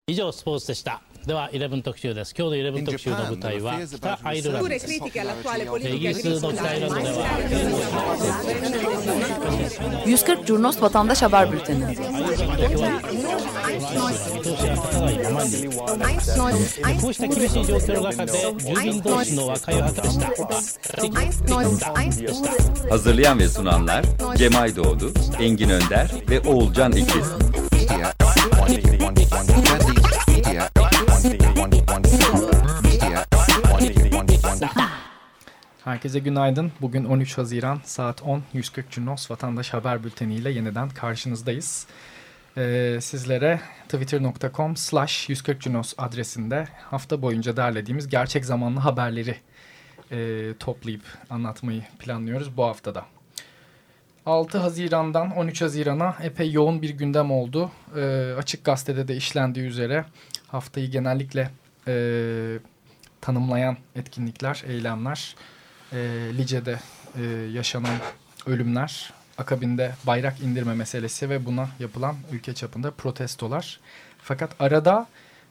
以上スポーツでした。では11特集です。今日の11特集の舞台は北アイルランドです。イギリスの北アイルランドでは 140 Curnos Vatandaş Haber Bülteni. Hazırlayan ve sunanlar Cemay Doğdu, Engin Önder ve Oğulcan İkiz. Herkese günaydın. Bugün 13 Haziran saat 10. 140 Curnos Vatandaş Haber Bülteni ile yeniden karşınızdayız. Sizlere twitter.com/140 Curnos adresinde hafta boyunca derlediğimiz gerçek zamanlı haberleri toplayıp anlatmayı planlıyoruz bu haftada. 6 Haziran'dan 13 Haziran'a epey yoğun bir gündem oldu. Açık Gazete'de de işlendiği üzere haftayı genellikle tanımlayan etkinlikler, eylemler, Lice'de yaşanan ölümler, akabinde bayrak indirme meselesi ve buna yapılan ülke çapında protestolar. Fakat arada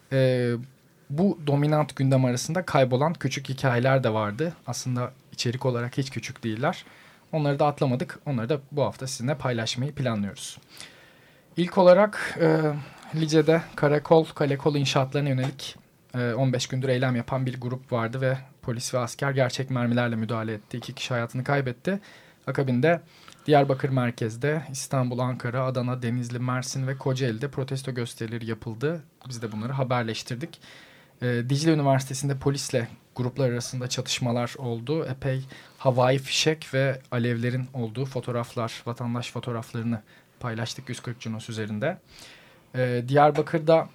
bu dominant gündem arasında kaybolan küçük hikayeler de vardı. Aslında içerik olarak hiç küçük değiller. Onları da atlamadık. Onları da bu hafta sizinle paylaşmayı planlıyoruz. İlk olarak Lice'de kalekol inşaatlarına yönelik 15 gündür eylem yapan bir grup vardı ve polis ve asker gerçek mermilerle müdahale etti. 2 kişi hayatını kaybetti. Akabinde Diyarbakır merkezde, İstanbul, Ankara, Adana, Denizli, Mersin ve Kocaeli'de protesto gösterileri yapıldı. Biz de bunları haberleştirdik. Dicle Üniversitesi'nde polisle gruplar arasında çatışmalar oldu. Epey havai fişek ve alevlerin olduğu fotoğraflar, vatandaş fotoğraflarını paylaştık 140 Curnos üzerinde. Diyarbakır'da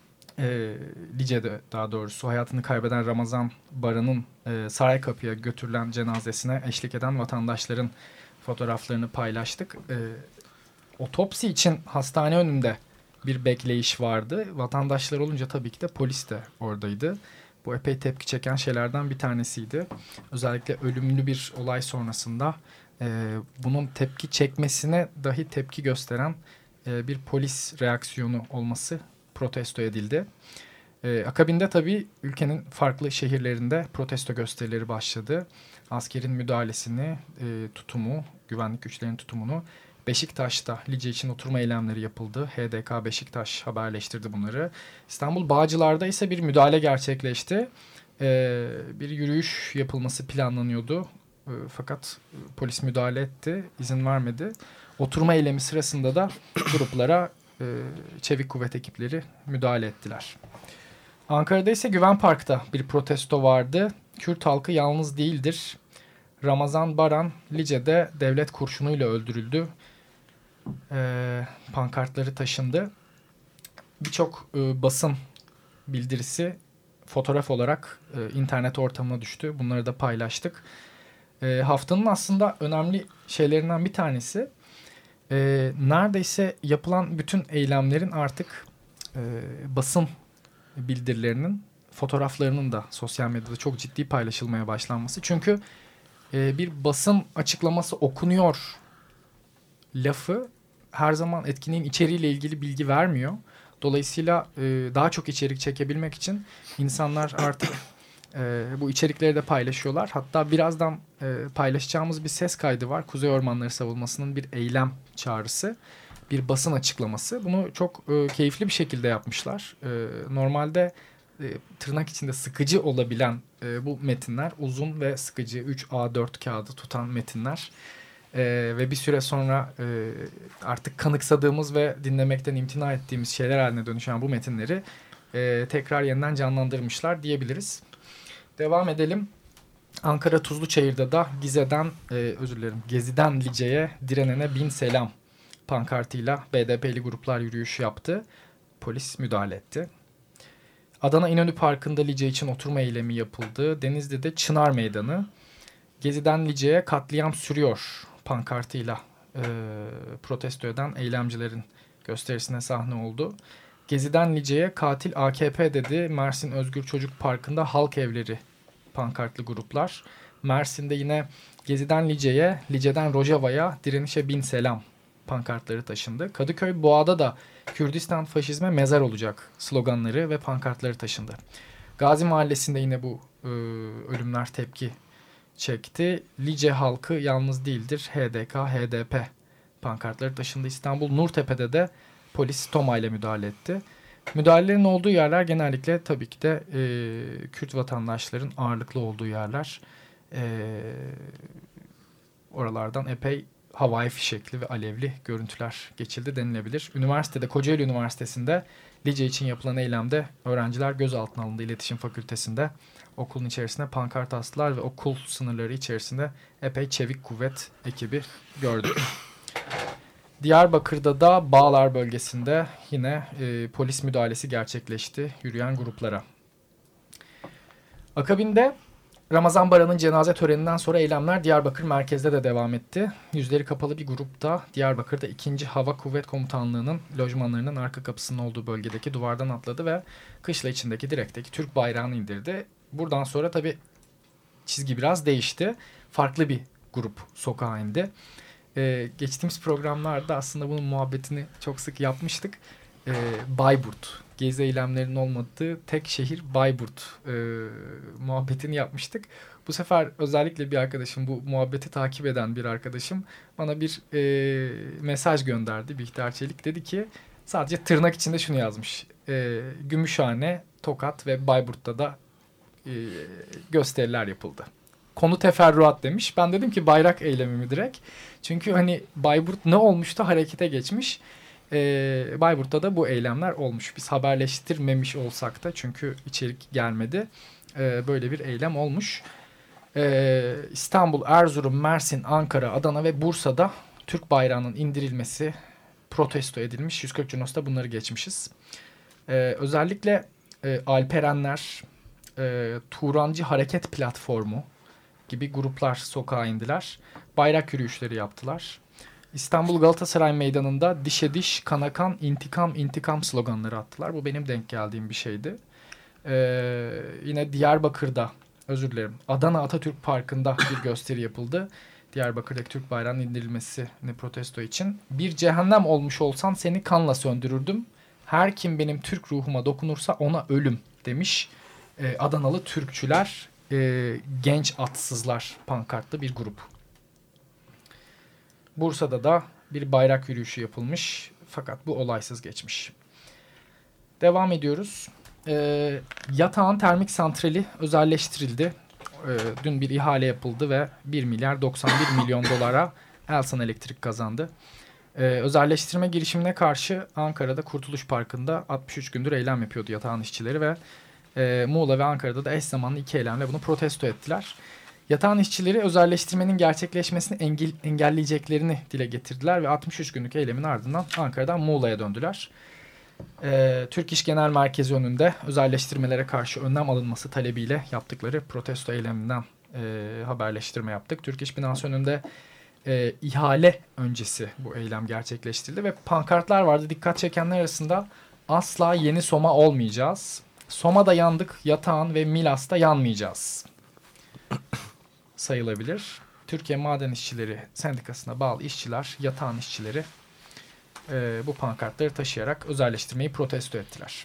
Lice'de daha doğrusu hayatını kaybeden Ramazan Baran'ın Saraykapı'ya götürülen cenazesine eşlik eden vatandaşların fotoğraflarını paylaştık. Otopsi için hastane önünde bir bekleyiş vardı. Vatandaşlar olunca tabii ki de polis de oradaydı. Bu epey tepki çeken şeylerden bir tanesiydi. Özellikle ölümlü bir olay sonrasında bunun tepki çekmesine dahi tepki gösteren bir polis reaksiyonu olması protesto edildi. Akabinde tabii ülkenin farklı şehirlerinde protesto gösterileri başladı. Askerin müdahalesini, tutumu, güvenlik güçlerinin tutumunu Beşiktaş'ta Lice için oturma eylemleri yapıldı. HDK Beşiktaş haberleştirdi bunları. İstanbul Bağcılar'da ise bir müdahale gerçekleşti. Bir yürüyüş yapılması planlanıyordu. Fakat polis müdahale etti, izin vermedi. Oturma eylemi sırasında da gruplara çevik kuvvet ekipleri müdahale ettiler. Ankara'da ise Güven Park'ta bir protesto vardı. Kürt halkı yalnız değildir. Ramazan Baran Lice'de devlet kurşunuyla öldürüldü. Pankartları taşındı. Birçok basın bildirisi fotoğraf olarak internet ortamına düştü. Bunları da paylaştık. Haftanın aslında önemli şeylerinden bir tanesi neredeyse yapılan bütün eylemlerin artık basın bildirilerinin fotoğraflarının da sosyal medyada çok ciddi paylaşılmaya başlanması. Çünkü bir basın açıklaması okunuyor lafı her zaman etkinliğin içeriğiyle ilgili bilgi vermiyor. Dolayısıyla daha çok içerik çekebilmek için insanlar artık bu içerikleri de paylaşıyorlar. Hatta birazdan paylaşacağımız bir ses kaydı var. Kuzey Ormanları Savunması'nın bir eylem çağrısı, bir basın açıklaması. Bunu çok keyifli bir şekilde yapmışlar. Normalde tırnak içinde sıkıcı olabilen bu metinler uzun ve sıkıcı 3 A4 kağıdı tutan metinler. Ve bir süre sonra artık kanıksadığımız ve dinlemekten imtina ettiğimiz şeyler haline dönüşen bu metinleri tekrar yeniden canlandırmışlar diyebiliriz. Devam edelim. Ankara Tuzluçayır'da da Gezi'den Lice'ye direnene 1000 selam pankartıyla BDP'li gruplar yürüyüş yaptı. Polis müdahale etti. Adana İnönü Parkı'nda Lice için oturma eylemi yapıldı. Denizli'de Çınar Meydanı Gezi'den Lice'ye katliam sürüyor pankartıyla protesto eden eylemcilerin gösterisine sahne oldu. Gezi'den Lice'ye katil AKP dedi. Mersin Özgür Çocuk Parkı'nda halk evleri pankartlı gruplar. Mersin'de yine Gezi'den Lice'ye, Lice'den Rojava'ya direnişe 1000 selam pankartları taşındı. Kadıköy Boğa'da da Kürdistan faşizme mezar olacak sloganları ve pankartları taşındı. Gazi Mahallesi'nde yine bu ölümler tepki çekti. Lice halkı yalnız değildir. HDK, HDP pankartları taşındı. İstanbul Nurtepe'de de polis TOMA ile müdahale etti. Müdahalelerin olduğu yerler genellikle tabii ki de Kürt vatandaşların ağırlıklı olduğu yerler. Oralardan epey havai fişekli ve alevli görüntüler geçildi denilebilir. Üniversitede, Kocaeli Üniversitesi'nde Lice için yapılan eylemde öğrenciler gözaltına alındı. İletişim Fakültesi'nde okulun içerisinde pankart astılar ve okul sınırları içerisinde epey çevik kuvvet ekibi gördük. Diyarbakır'da da Bağlar bölgesinde yine polis müdahalesi gerçekleşti yürüyen gruplara. Akabinde Ramazan Baran'ın cenaze töreninden sonra eylemler Diyarbakır merkezde de devam etti. Yüzleri kapalı bir grupta Diyarbakır'da 2. Hava Kuvvet Komutanlığı'nın lojmanlarının arka kapısının olduğu bölgedeki duvardan atladı ve kışla içindeki direkteki Türk bayrağını indirdi. Buradan sonra tabii çizgi biraz değişti. Farklı bir grup sokağa indi. Geçtiğimiz programlarda aslında bunun muhabbetini çok sık yapmıştık. Bayburt, gezi eylemlerinin olmadığı tek şehir Bayburt muhabbetini yapmıştık. Bu sefer özellikle bir arkadaşım, bu muhabbeti takip eden bir arkadaşım bana bir mesaj gönderdi. Bihter Çelik dedi ki sadece tırnak içinde şunu yazmış. Gümüşhane, Tokat ve Bayburt'ta da gösteriler yapıldı. Konu teferruat demiş. Ben dedim ki bayrak eylemi mi direkt? Çünkü hani Bayburt ne olmuştu harekete geçmiş. Bayburt'ta da bu eylemler olmuş. Biz haberleştirmemiş olsak da çünkü içerik gelmedi. Böyle bir eylem olmuş. İstanbul, Erzurum, Mersin, Ankara, Adana ve Bursa'da Türk bayrağının indirilmesi protesto edilmiş. 140 Cunos'ta bunları geçmişiz. Özellikle Alperenler, Turancı Hareket Platformu gibi gruplar sokağa indiler. Bayrak yürüyüşleri yaptılar. İstanbul Galatasaray Meydanı'nda dişe diş, kana kan, intikam, intikam sloganları attılar. Bu benim denk geldiğim bir şeydi. Yine Diyarbakır'da, Adana Atatürk Parkı'nda bir gösteri yapıldı. Diyarbakır'daki Türk bayrağının indirilmesini protesto için. Bir cehennem olmuş olsan seni kanla söndürürdüm. Her kim benim Türk ruhuma dokunursa ona ölüm demiş. Adanalı Türkçüler, genç atsızlar pankartlı bir grup. Bursa'da da bir bayrak yürüyüşü yapılmış fakat bu olaysız geçmiş. Devam ediyoruz. Yatağan termik santrali özelleştirildi. Dün bir ihale yapıldı ve 1 milyar 91 milyon dolara Elsan Elektrik kazandı. Özelleştirme girişimine karşı Ankara'da Kurtuluş Parkı'nda 63 gündür eylem yapıyordu yatağan işçileri ve Muğla ve Ankara'da da eş zamanlı 2 eylemle bunu protesto ettiler. Yatağan işçileri özelleştirmenin gerçekleşmesini engelleyeceklerini dile getirdiler ve 63 günlük eylemin ardından Ankara'dan Muğla'ya döndüler. Türk İş Genel Merkezi önünde özelleştirmelere karşı önlem alınması talebiyle yaptıkları protesto eyleminden haberleştirme yaptık. Türk İş binası önünde ihale öncesi bu eylem gerçekleştirildi ve pankartlar vardı. Dikkat çekenler arasında asla yeni Soma olmayacağız. Soma'da yandık, Yatağan ve Milas'ta yanmayacağız sayılabilir. Türkiye Maden İşçileri Sendikası'na bağlı işçiler, yatağan işçileri bu pankartları taşıyarak özelleştirmeyi protesto ettiler.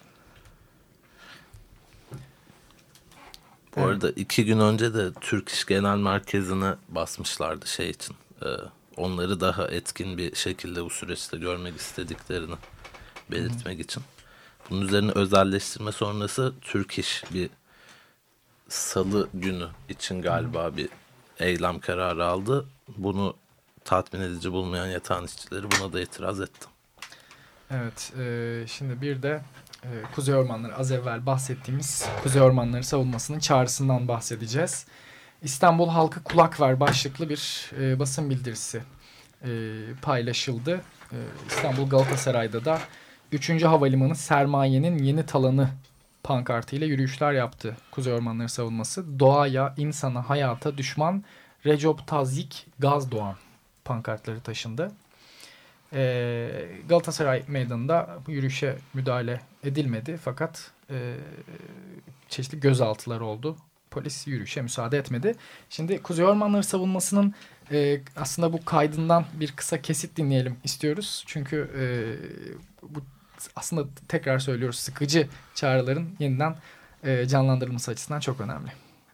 Bu arada 2 gün önce de Türk İş Genel Merkezi'ne basmışlardı şey için. Onları daha etkin bir şekilde bu süreçte görmek istediklerini belirtmek için. Bunun üzerine özelleştirme sonrası Türk İş bir salı günü için galiba bir eylem kararı aldı. Bunu tatmin edici bulmayan yatağan işçileri buna da itiraz etti. Evet, şimdi bir de Kuzey Ormanları, az evvel bahsettiğimiz Kuzey Ormanları savunmasının çağrısından bahsedeceğiz. İstanbul Halkı Kulak Ver başlıklı bir basın bildirisi paylaşıldı. İstanbul Galatasaray'da da 3. Havalimanı sermayenin yeni talanı pankartıyla yürüyüşler yaptı Kuzey Ormanları savunması. Doğaya, insana, hayata düşman Recep Tayyip Gazdoğan pankartları taşındı. Galatasaray Meydanı'nda bu yürüyüşe müdahale edilmedi fakat çeşitli gözaltılar oldu. polis yürüyüşe müsaade etmedi. Şimdi Kuzey Ormanları savunmasının aslında bu kaydından bir kısa kesit dinleyelim istiyoruz. Çünkü bu aslında tekrar söylüyoruz, sıkıcı çağrıların yeniden canlandırılması açısından çok önemli.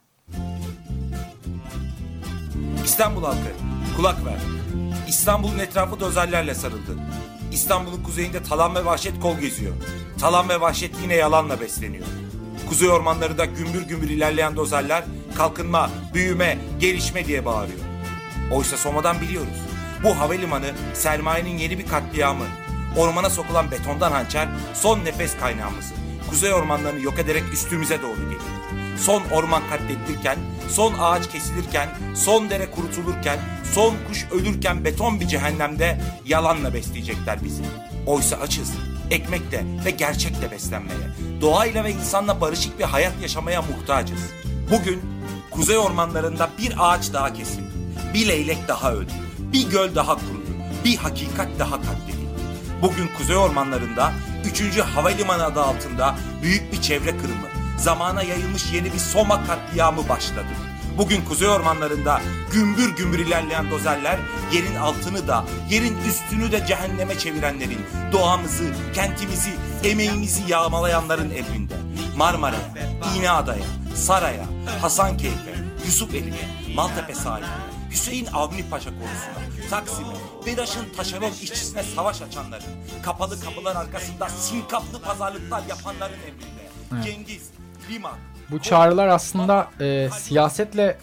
İstanbul halkı, kulak ver. İstanbul'un etrafı dozerlerle sarıldı. İstanbul'un kuzeyinde talan ve vahşet kol geziyor. Talan ve vahşet yine yalanla besleniyor. Kuzey ormanlarında gümbür gümbür ilerleyen dozerler kalkınma, büyüme, gelişme diye bağırıyor. Oysa Soma'dan biliyoruz. Bu havalimanı sermayenin yeni bir katliamı. Ormana sokulan betondan hançer son nefes kaynağımız. Kuzey ormanlarını yok ederek üstümüze doğru geliyor. Son orman katledilirken, son ağaç kesilirken, son dere kurutulurken, son kuş ölürken beton bir cehennemde yalanla besleyecekler bizi. Oysa açız, ekmekle ve gerçekle beslenmeye, doğayla ve insanla barışık bir hayat yaşamaya muhtacız. Bugün kuzey ormanlarında bir ağaç daha kesildi, bir leylek daha öldü, bir göl daha kurudu, bir hakikat daha katledildi. Bugün kuzey ormanlarında 3. Havalimanı adı altında büyük bir çevre kırımı, zamana yayılmış yeni bir Soma katliamı başladı. Bugün kuzey ormanlarında gümbür gümbür ilerleyen dozerler yerin altını da yerin üstünü de cehenneme çevirenlerin, doğamızı, kentimizi, emeğimizi yağmalayanların emrinde. Marmara'ya, İğneada'ya, Saray'a, Hasankeyf'e, Yusufeli'ye, Maltepe sahiline, Hüseyin Avni Paşa konusuna, Taksim'e, BEDAŞ'ın taşeron işçisine savaş açanların, kapalı kapılar arkasında sinkaplı pazarlıklar yapanların emrinde. Evet. Cengiz, Liman. Bu çağrılar aslında siyasetle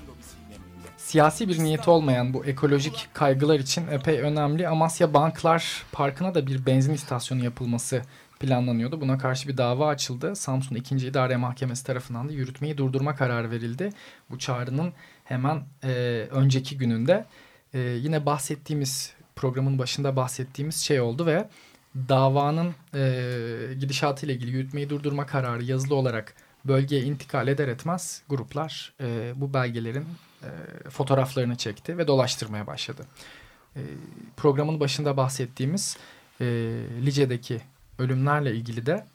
siyasi bir niyeti olmayan bu ekolojik kaygılar için epey önemli. Amasya Banklar Parkı'na da bir benzin istasyonu yapılması planlanıyordu. Buna karşı bir dava açıldı. Samsun 2. İdare Mahkemesi tarafından da yürütmeyi durdurma kararı verildi. Bu çağrının hemen önceki gününde yine bahsettiğimiz, programın başında bahsettiğimiz şey oldu ve davanın gidişatı ile ilgili yürütmeyi durdurma kararı yazılı olarak bölgeye intikal eder etmez gruplar bu belgelerin fotoğraflarını çekti ve dolaştırmaya başladı. Programın başında bahsettiğimiz Lice'deki ölümlerle ilgili de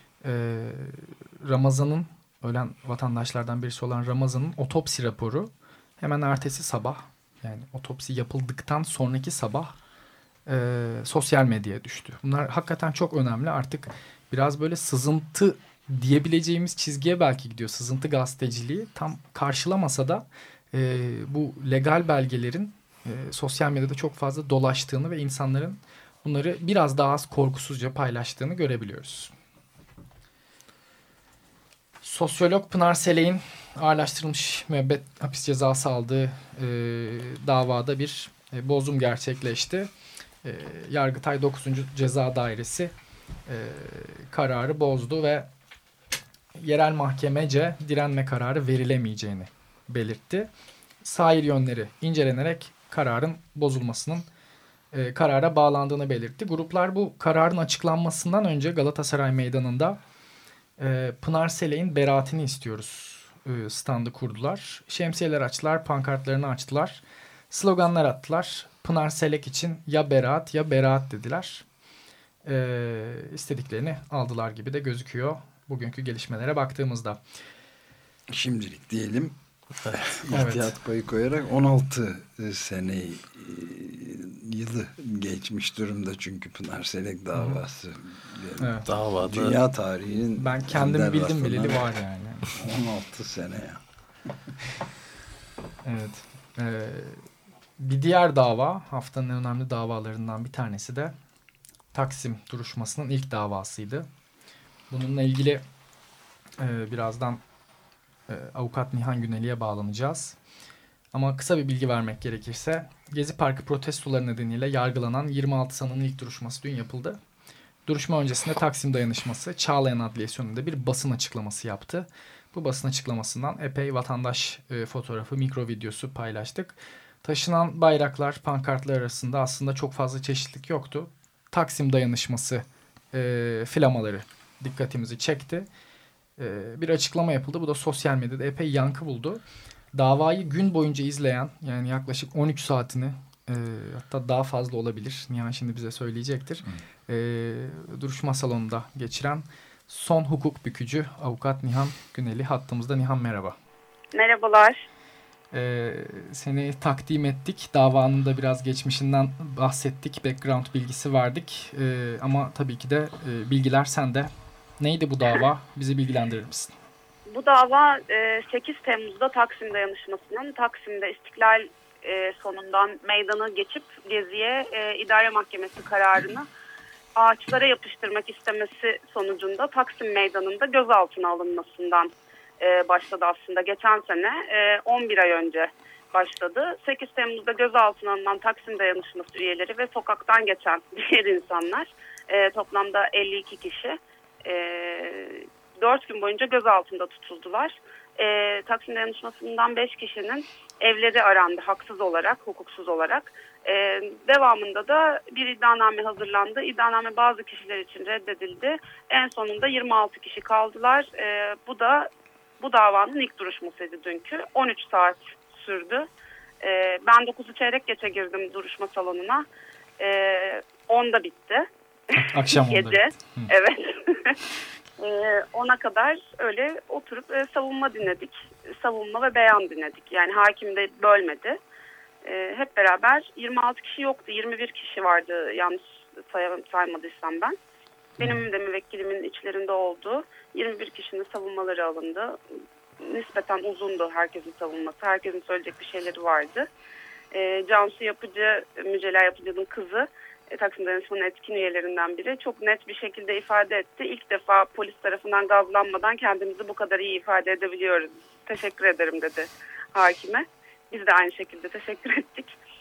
Ramazan'ın, ölen vatandaşlardan birisi olan Ramazan'ın otopsi raporu hemen ertesi sabah, yani otopsi yapıldıktan sonraki sabah sosyal medyaya düştü. Bunlar hakikaten çok önemli. Artık biraz böyle sızıntı diyebileceğimiz çizgiye belki gidiyor. Sızıntı gazeteciliği tam karşılamasa da bu legal belgelerin sosyal medyada çok fazla dolaştığını ve insanların bunları biraz daha az korkusuzca paylaştığını görebiliyoruz. Sosyolog Pınar Selek'in ağırlaştırılmış müebbet hapis cezası aldığı davada bir bozum gerçekleşti. Yargıtay 9. Ceza Dairesi kararı bozdu ve yerel mahkemece direnme kararı verilemeyeceğini belirtti. Sair yönleri incelenerek kararın bozulmasının karara bağlandığını belirtti. Gruplar bu kararın açıklanmasından önce Galatasaray Meydanı'nda Pınar Selek'in beraatini istiyoruz standı kurdular. Şemsiyeler açtılar, pankartlarını açtılar, sloganlar attılar. Pınar Selek için ya beraat ya beraat dediler. İstediklerini aldılar gibi de gözüküyor bugünkü gelişmelere baktığımızda. Şimdilik diyelim. İhtiyat payı koyarak 16 sene yılı geçmiş durumda çünkü Pınar Selek davası. Evet. Davada. Dünya tarihinin ben kendim bildim bileli var yani. 16 sene ya. Evet. Bir diğer dava, haftanın en önemli davalarından bir tanesi de Taksim duruşmasının ilk davasıydı. Bununla ilgili birazdan avukat Nihan Güneli'ye bağlanacağız. Ama kısa bir bilgi vermek gerekirse Gezi Parkı protestoları nedeniyle yargılanan 26 sanığın ilk duruşması dün yapıldı. Duruşma öncesinde Taksim Dayanışması Çağlayan Adliyesi önünde bir basın açıklaması yaptı. Bu basın açıklamasından epey vatandaş fotoğrafı, mikro videosu paylaştık. Taşınan bayraklar, pankartlar arasında aslında çok fazla çeşitlilik yoktu. Taksim Dayanışması flamaları dikkatimizi çekti. Bir açıklama yapıldı. Bu da sosyal medyada epey yankı buldu. Davayı gün boyunca izleyen, yani yaklaşık 13 saatini hatta daha fazla olabilir, Nihan şimdi bize söyleyecektir, duruşma salonunda geçiren son hukuk bükücü avukat Nihan Güneli hattımızda. Nihan merhaba. Merhabalar. Seni takdim ettik. Davanın da biraz geçmişinden bahsettik. Background bilgisi verdik. Ama tabii ki de bilgiler sende. Neydi bu dava? Bizi bilgilendirir misin? Bu dava 8 Temmuz'da Taksim Dayanışması'nın Taksim'de İstiklal sonundan meydanı geçip Gezi'ye idare mahkemesi kararını ağaçlara yapıştırmak istemesi sonucunda Taksim Meydanı'nda gözaltına alınmasından başladı aslında. Geçen sene 11 ay önce başladı. 8 Temmuz'da gözaltına alınan Taksim Dayanışması üyeleri ve sokaktan geçen diğer insanlar toplamda 52 kişi 4 gün boyunca gözaltında tutuldular. Taksim Dayanışması'ndan 5 kişinin evleri arandı haksız olarak, hukuksuz olarak. Devamında da bir iddianame hazırlandı. İddianame bazı kişiler için reddedildi. En sonunda 26 kişi kaldılar. Bu davanın ilk duruşmasıydı dünkü. 13 saat sürdü. Ben 9'u çeyrek geçe girdim duruşma salonuna. 10'da bitti. Akşam 10'da gece. Evet. 10'a kadar öyle oturup savunma dinledik. Savunma ve beyan dinledik. Yani hakim de bölmedi. Hep beraber 26 kişi yoktu. 21 kişi vardı yanlış saymadıysam ben. Benim de müvekkilimin içlerinde olduğu 21 kişinin savunmaları alındı. Nispeten uzundu herkesin savunması. Herkesin söyleyecek bir şeyleri vardı. Cansu Yapıcı, Mücella Yapıcı'nın kızı, Taksim Dayanışmanı'nın etkin üyelerinden biri çok net bir şekilde ifade etti. İlk defa polis tarafından gazlanmadan kendimizi bu kadar iyi ifade edebiliyoruz. Teşekkür ederim dedi hakime. Biz de aynı şekilde teşekkür ettik.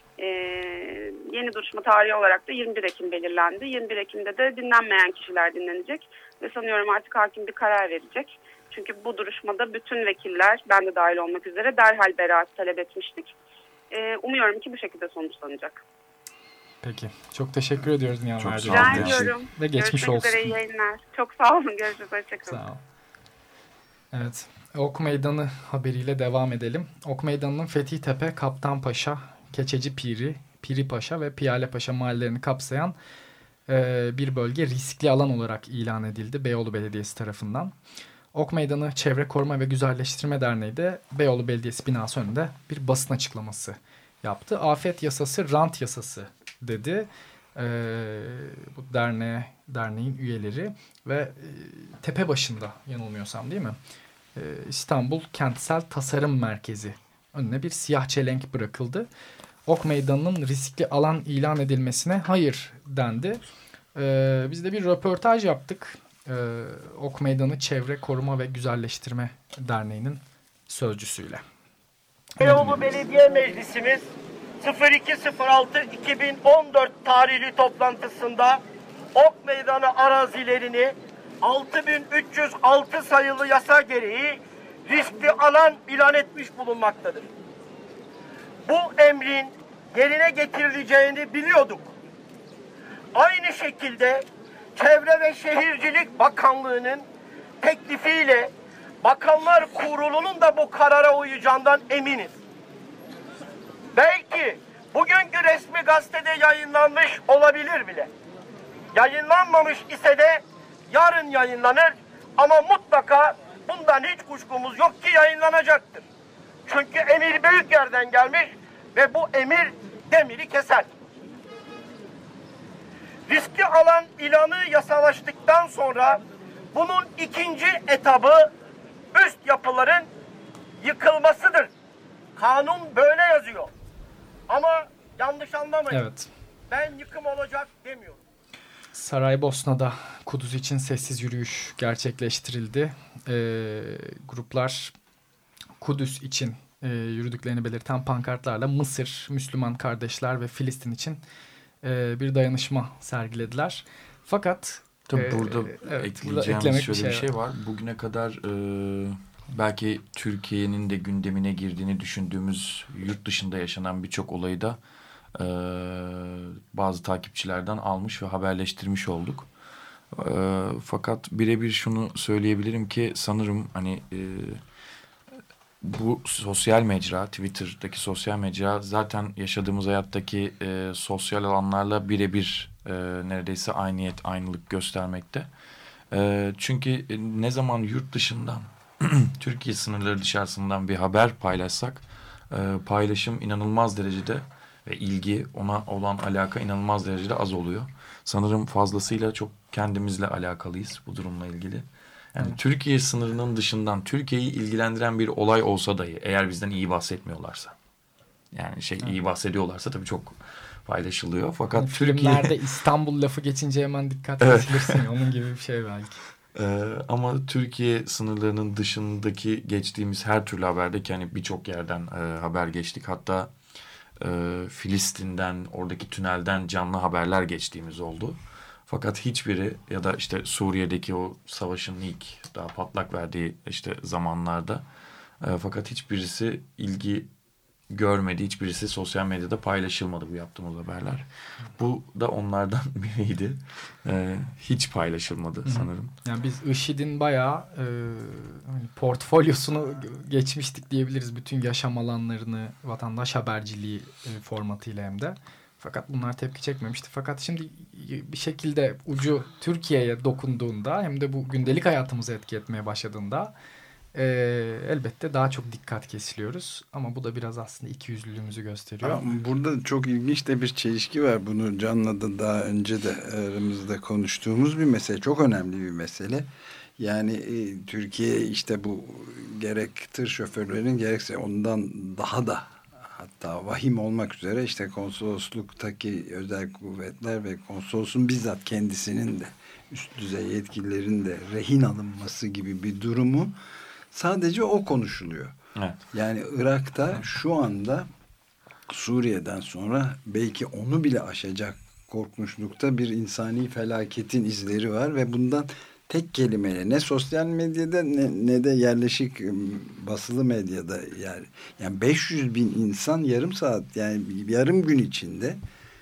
Yeni duruşma tarihi olarak da 21 Ekim belirlendi. 21 Ekim'de de dinlenmeyen kişiler dinlenecek. Ve sanıyorum artık hakim bir karar verecek. Çünkü bu duruşmada bütün vekiller, ben de dahil olmak üzere derhal beraat talep etmiştik. Umuyorum ki bu şekilde sonuçlanacak. Peki. Çok teşekkür ediyoruz Nihan Mercan. Rica ediyorum. Ve geçmiş olsun. Görüşmek üzere, iyi yayınlar. Çok sağ olun. Görüşürüz. Hoşçakalın. Sağ ol. Evet. Ok Meydanı haberiyle devam edelim. Ok Meydanı'nın Fethiyetepe, Kaptanpaşa, Keçeci Piri, Piri Paşa ve Piyale Paşa mahallelerini kapsayan bir bölge riskli alan olarak ilan edildi Beyoğlu Belediyesi tarafından. Ok Meydanı Çevre Koruma ve Güzelleştirme Derneği de Beyoğlu Belediyesi binası önünde bir basın açıklaması yaptı. Afet yasası, rant yasası dedi. Bu derneğin üyeleri ve tepe başında yanılmıyorsam değil mi? İstanbul Kentsel Tasarım Merkezi önüne bir siyah çelenk bırakıldı. Ok Meydanı'nın riskli alan ilan edilmesine hayır dendi. Biz de bir röportaj yaptık. Ok Meydanı Çevre Koruma ve Güzelleştirme Derneği'nin sözcüsüyle. Beyoğlu Belediye Meclisimiz 02.06.2014 tarihli toplantısında Ok Meydanı arazilerini 6306 sayılı yasa gereği riskli alan ilan etmiş bulunmaktadır. Bu emrin yerine getirileceğini biliyorduk. Aynı şekilde Çevre ve Şehircilik Bakanlığı'nın teklifiyle Bakanlar Kurulu'nun da bu karara uyacağından eminiz. Belki bugünkü resmi gazetede yayınlanmış olabilir bile. Yayınlanmamış ise de yarın yayınlanır ama mutlaka bundan hiç kuşkumuz yok ki yayınlanacaktır. Çünkü emir büyük yerden gelmiş ve bu emir demiri keser. Riskli alan ilanı yasalaştıktan sonra bunun ikinci etabı üst yapıların yıkılmasıdır. Kanun böyle yazıyor. Ama yanlış anlamayın. Evet. Ben yıkım olacak demiyorum. Saraybosna'da Kudüs için sessiz yürüyüş gerçekleştirildi. Gruplar Kudüs için yürüdüklerini belirten pankartlarla Mısır, Müslüman kardeşler ve Filistin için bir dayanışma sergilediler. Fakat tabii burada ekleyeceğimiz şöyle bir şey var. Bugüne kadar belki Türkiye'nin de gündemine girdiğini düşündüğümüz yurt dışında yaşanan birçok olayı da bazı takipçilerden almış ve haberleştirmiş olduk. Fakat birebir şunu söyleyebilirim ki sanırım hani bu sosyal mecra, Twitter'daki sosyal mecra zaten yaşadığımız hayattaki sosyal alanlarla birebir neredeyse aynılık göstermekte. Çünkü ne zaman yurt dışından Türkiye sınırları dışarısından bir haber paylaşsak paylaşım inanılmaz derecede ve ilgi, ona olan alaka inanılmaz derecede az oluyor. Sanırım fazlasıyla çok kendimizle alakalıyız bu durumla ilgili. Yani Türkiye sınırının dışından Türkiye'yi ilgilendiren bir olay olsa dahi eğer bizden iyi bahsetmiyorlarsa, yani iyi bahsediyorlarsa tabii çok paylaşılıyor. Fakat yani filmlerde İstanbul lafı geçince hemen dikkat kesilirsin. Onun gibi bir şey belki. Ama Türkiye sınırlarının dışındaki geçtiğimiz her türlü haberdeki hani birçok yerden haber geçtik. Hatta Filistin'den, oradaki tünelden canlı haberler geçtiğimiz oldu. Fakat hiçbiri ya da işte Suriye'deki o savaşın ilk daha patlak verdiği işte zamanlarda fakat hiçbirisi ilgi görmedi. Hiçbirisi sosyal medyada paylaşılmadı bu yaptığımız haberler. Bu da onlardan biriydi. Hiç paylaşılmadı sanırım. Yani biz IŞİD'in bayağı portfolyosunu geçmiştik diyebiliriz. Bütün yaşam alanlarını vatandaş haberciliği formatıyla hem de. Fakat bunlar tepki çekmemişti. Fakat şimdi bir şekilde ucu Türkiye'ye dokunduğunda hem de bu gündelik hayatımızı etki etmeye başladığında elbette daha çok dikkat kesiliyoruz. Ama bu da biraz aslında ikiyüzlülüğümüzü gösteriyor. Ama burada çok ilginç de bir çelişki var. Bunu Can'la da daha önce de aramızda konuştuğumuz bir mesele. Çok önemli bir mesele. Yani Türkiye işte bu gerek tır şoförlerinin gerekse ondan daha da hatta vahim olmak üzere işte konsolosluktaki özel kuvvetler ve konsolosun bizzat kendisinin de üst düzey yetkililerin de rehin alınması gibi bir durumu sadece o konuşuluyor. Evet. Yani Irak'ta şu anda Suriye'den sonra belki onu bile aşacak korkmuşlukta bir insani felaketin izleri var ve bundan tek kelimeyle ne sosyal medyada ne de yerleşik basılı medyada yani 500 bin insan yarım saat yani yarım gün içinde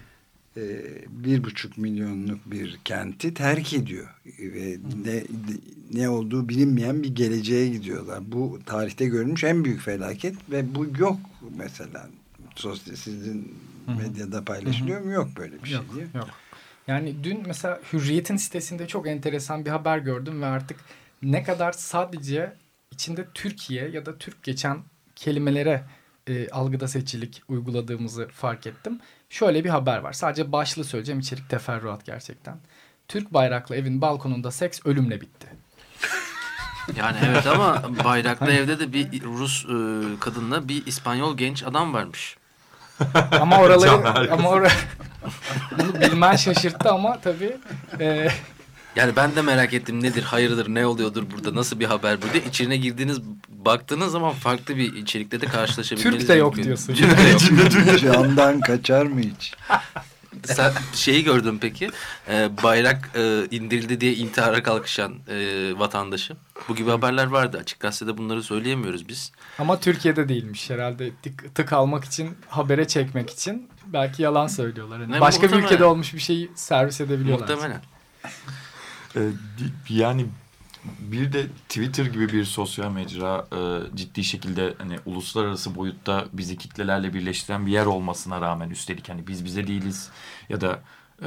1,5 milyonluk bir kenti terk ediyor ve ne olduğu bilinmeyen bir geleceğe gidiyorlar. Bu tarihte görülmüş en büyük felaket ve bu yok mesela sizin medyada paylaşılıyor mu? Yok böyle bir şey değil mi? Yok. Yani dün mesela Hürriyet'in sitesinde çok enteresan bir haber gördüm ve artık ne kadar sadece içinde Türkiye ya da Türk geçen kelimelere algıda seçicilik uyguladığımızı fark ettim. Şöyle bir haber var. Sadece başlığı söyleyeceğim, içerik teferruat gerçekten. Türk bayraklı evin balkonunda seks ölümle bitti. Yani evet ama bayraklı evde de bir Rus kadınla bir İspanyol genç adam varmış. Ama bunu bilmen şaşırttı ama tabii. Yani ben de merak ettim nedir, hayırdır, ne oluyordur burada, nasıl bir haber bu diye. İçine girdiğiniz, baktığınız zaman farklı bir içerikle de karşılaşabilmeniz Türk de yok diyorsun. Türk de yok. Candan kaçar mı hiç? Sen şeyi gördün peki, bayrak indirildi diye intihara kalkışan vatandaşı. Bu gibi haberler vardı. Açık gazetede bunları söyleyemiyoruz biz. Ama Türkiye'de değilmiş herhalde. Tık almak için, habere çekmek için belki yalan söylüyorlar. Yani başka bir ülkede olmuş bir şeyi servis edebiliyorlar. Muhtemelen. Yani bir de Twitter gibi bir sosyal mecra ciddi şekilde hani uluslararası boyutta bizi kitlelerle birleştiren bir yer olmasına rağmen üstelik hani biz bize değiliz ya da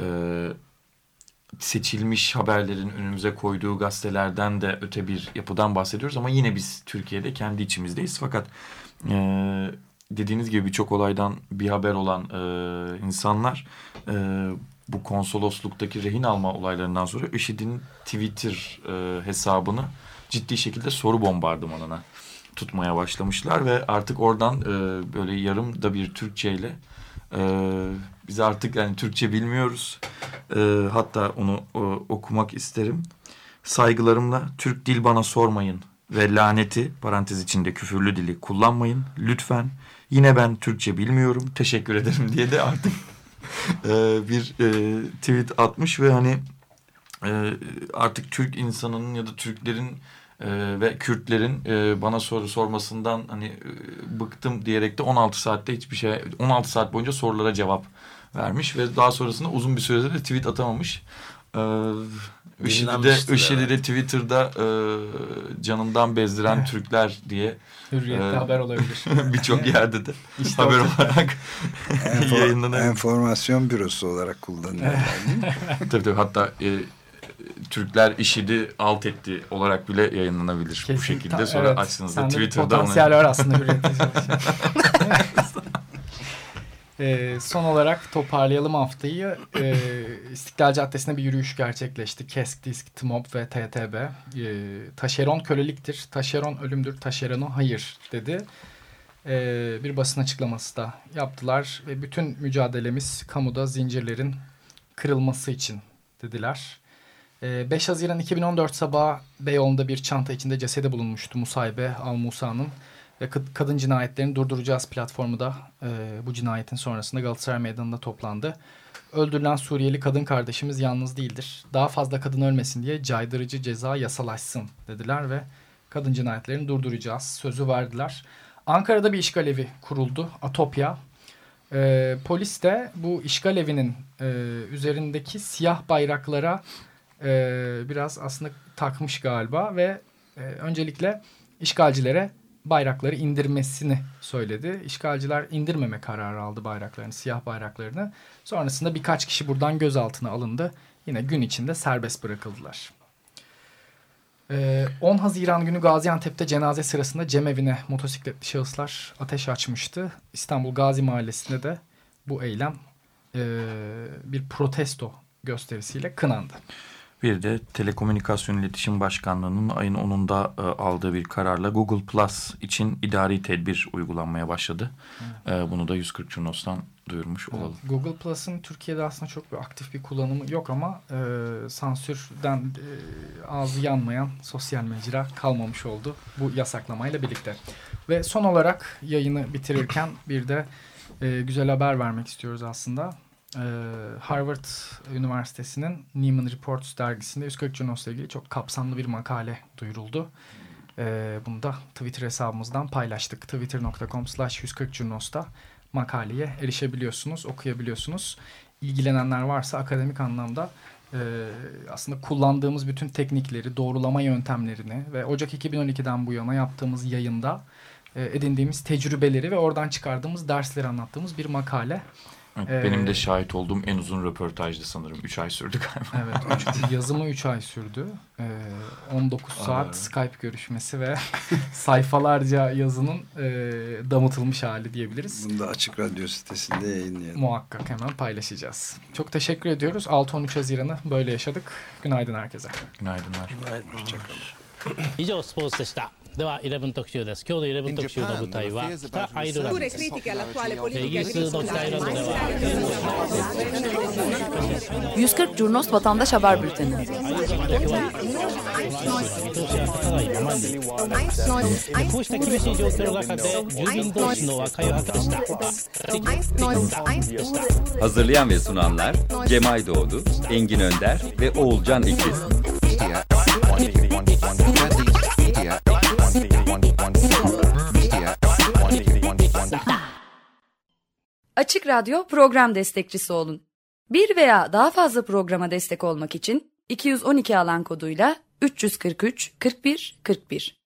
seçilmiş haberlerin önümüze koyduğu gazetelerden de öte bir yapıdan bahsediyoruz ama yine biz Türkiye'de kendi içimizdeyiz. Fakat dediğiniz gibi birçok olaydan bir haber olan insanlar bu konsolosluktaki rehin alma olaylarından sonra IŞİD'in Twitter hesabını ciddi şekilde soru bombardımanına tutmaya başlamışlar ve artık oradan böyle yarım da bir Türkçeyle biz artık yani Türkçe bilmiyoruz. Hatta onu okumak isterim. Saygılarımla Türk dil bana sormayın ve laneti parantez içinde küfürlü dili kullanmayın. Lütfen yine ben Türkçe bilmiyorum. Teşekkür ederim diye de artık bir tweet atmış ve hani artık Türk insanının ya da Türklerin ve Kürtlerin bana soru sormasından hani bıktım diyerek de 16 saat boyunca sorulara cevap vermiş ve daha sonrasında uzun bir sürede de tweet atamamış. IŞİD'i de Twitter'da canından bezdiren Türkler diye Hürriyet'te haber olabilir. Birçok yerde de işte haber olarak yayınlanıyor. Enformasyon bürosu olarak kullanıyorlar. Tabii hatta Türkler IŞİD'i alt etti olarak bile yayınlanabilir. Kesinlikle, bu şekilde. Sonra evet. açtığınızda Sende Twitter'da potansiyel var aslında üreteceğim. Son olarak toparlayalım haftayı. İstiklal Caddesi'nde bir yürüyüş gerçekleşti. KESK, DİSK, TMOB ve TTB. Taşeron köleliktir, taşeron ölümdür, taşerona hayır dedi. Bir basın açıklaması da yaptılar. Ve bütün mücadelemiz kamuda zincirlerin kırılması için dediler. 5 Haziran 2014 sabahı Beyoğlu'nda bir çanta içinde cesedi bulunmuştu Musaybe Al-Musa'nın. Ve kadın cinayetlerini durduracağız platformu da bu cinayetin sonrasında Galatasaray Meydanı'nda toplandı. Öldürülen Suriyeli kadın kardeşimiz yalnız değildir. Daha fazla kadın ölmesin diye caydırıcı ceza yasalaşsın dediler ve kadın cinayetlerini durduracağız sözü verdiler. Ankara'da bir işgal evi kuruldu, Atopya. Polis de bu işgal evinin üzerindeki siyah bayraklara biraz aslında takmış galiba ve öncelikle işgalcilere bayrakları indirmesini söyledi. İşgalciler indirmeme kararı aldı bayraklarını, siyah bayraklarını. Sonrasında birkaç kişi buradan gözaltına alındı. Yine gün içinde serbest bırakıldılar. 10 Haziran günü Gaziantep'te cenaze sırasında cemevine motosikletli şahıslar ateş açmıştı. İstanbul Gazi Mahallesi'nde de bu eylem bir protesto gösterisiyle kınandı. Bir de Telekomünikasyon İletişim Başkanlığı'nın ayın 10'unda aldığı bir kararla Google Plus için idari tedbir uygulanmaya başladı. Bunu da 140 Curnos'tan duyurmuş olalım. Google Plus'ın Türkiye'de aslında çok bir aktif bir kullanımı yok ama sansürden ağzı yanmayan sosyal mecra kalmamış oldu bu yasaklamayla birlikte. Ve son olarak yayını bitirirken bir de güzel haber vermek istiyoruz aslında. Harvard Üniversitesi'nin Neiman Reports dergisinde 140 Curnos'la ilgili çok kapsamlı bir makale duyuruldu. Bunu da Twitter hesabımızdan paylaştık. Twitter.com/140 Curnos'ta makaleye erişebiliyorsunuz, okuyabiliyorsunuz. İlgilenenler varsa akademik anlamda aslında kullandığımız bütün teknikleri, doğrulama yöntemlerini ve Ocak 2012'den bu yana yaptığımız yayında edindiğimiz tecrübeleri ve oradan çıkardığımız dersleri anlattığımız bir makale. Evet, benim de şahit olduğum en uzun röportajdı sanırım. 3 ay sürdü galiba. Evet, yazımı 3 ay sürdü. 19 saat Skype görüşmesi ve sayfalarca yazının damıtılmış hali diyebiliriz. Bunu da Açık Radyo sitesinde yayınlayalım. Muhakkak hemen paylaşacağız. Çok teşekkür ediyoruz. 6-13 Haziran'ı böyle yaşadık. Günaydın herkese. Günaydınlar. Hoşçakalın. 以上スポーツでした。では11特集です。今日の11特集の舞台は北アイルランドです。イギリスの北アイルランドでは 140 Curnos Vatandaş Haber Bülteni. Hazırlayan ve sunanlar Cemay Doğdu, Engin Önder ve Oğulcan İkiz. Açık Radyo program destekçisi olun. Bir veya daha fazla programa destek olmak için 212 alan koduyla 343 41 41